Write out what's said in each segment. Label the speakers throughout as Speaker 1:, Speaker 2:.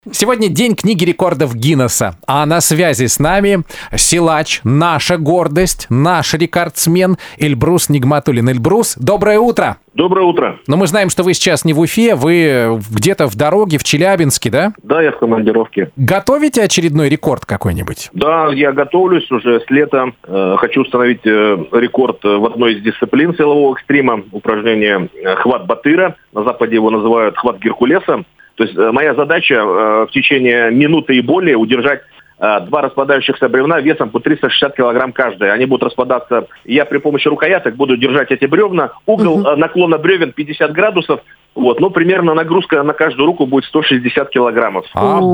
Speaker 1: Сегодня день книги рекордов Гиннесса, а на связи с нами силач, наша гордость, наш рекордсмен Эльбрус Нигматуллин. Эльбрус, доброе утро!
Speaker 2: Доброе утро.
Speaker 1: Но мы знаем, что вы сейчас не в Уфе, вы где-то в дороге, в Челябинске, да?
Speaker 2: Да, я в командировке.
Speaker 1: Готовите очередной рекорд какой-нибудь?
Speaker 2: Да, я готовлюсь уже с лета. Хочу установить рекорд в одной из дисциплин силового экстрима. Упражнение хват Батыра. На Западе его называют хват Геркулеса. То есть моя задача в течение минуты и более удержать два распадающихся бревна весом по 360 килограмм каждое. Они будут распадаться. Я при помощи рукояток буду держать эти бревна. Угол наклона бревен 50 градусов. Вот, примерно нагрузка на каждую руку будет 160 килограммов.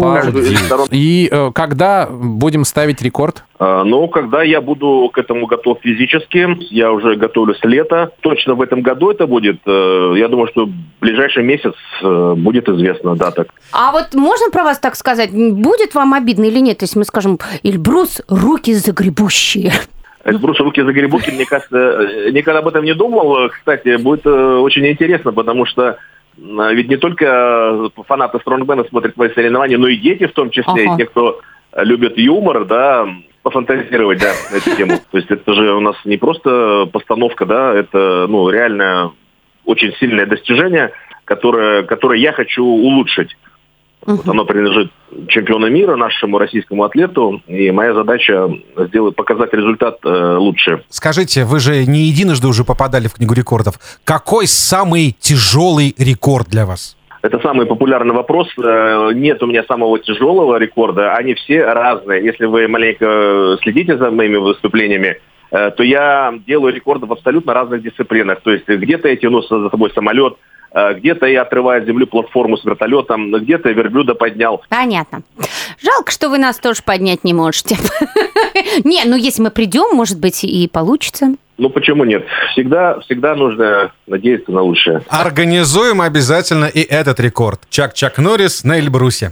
Speaker 1: И когда будем ставить рекорд?
Speaker 2: Когда я буду к этому готов физически, я уже готовлюсь с лета. Точно в этом году это будет. Я думаю, что в ближайший месяц будет известно дата.
Speaker 3: А вот можно про вас так сказать? Будет вам обидно или нет, если мы скажем «Эльбрус, руки загребущие»?
Speaker 2: Эльбрус, руки загребущие, мне кажется, никогда об этом не думал. Кстати, будет очень интересно, потому что ведь не только фанаты стронгмена смотрят мои соревнования, но и дети в том числе, и те, кто любит юмор, да, пофантазировать, да, на эту тему. То есть это же у нас не просто постановка, да, это, реально очень сильное достижение, которое я хочу улучшить. Вот оно принадлежит чемпиону мира, нашему российскому атлету, и моя задача показать результат лучше.
Speaker 4: Скажите, вы же не единожды уже попадали в Книгу рекордов. Какой самый тяжелый рекорд для вас?
Speaker 2: Это самый популярный вопрос. Нет у меня самого тяжелого рекорда. Они все разные. Если вы маленько следите за моими выступлениями, то я делаю рекорды в абсолютно разных дисциплинах. То есть где-то я тяну за собой самолет, где-то я отрываю от земли платформу с вертолетом, где-то верблюда поднял.
Speaker 3: Понятно. Жалко, что вы нас тоже поднять не можете. Не, если мы придем, может быть, и получится.
Speaker 2: Почему нет? Всегда нужно надеяться на лучшее.
Speaker 4: Организуем обязательно и этот рекорд. Чак Норрис на Эльбрусе.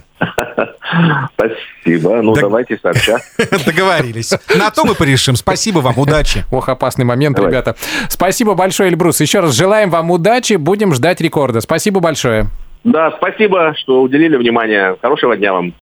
Speaker 2: Спасибо. Давайте сообща.
Speaker 4: Договорились. На то мы порешим. Спасибо вам, удачи.
Speaker 1: Ох, опасный момент, ребята. Спасибо большое, Эльбрус. Еще раз желаем вам удачи. Будем ждать рекорда. Спасибо большое.
Speaker 2: Да, спасибо, что уделили внимание. Хорошего дня вам.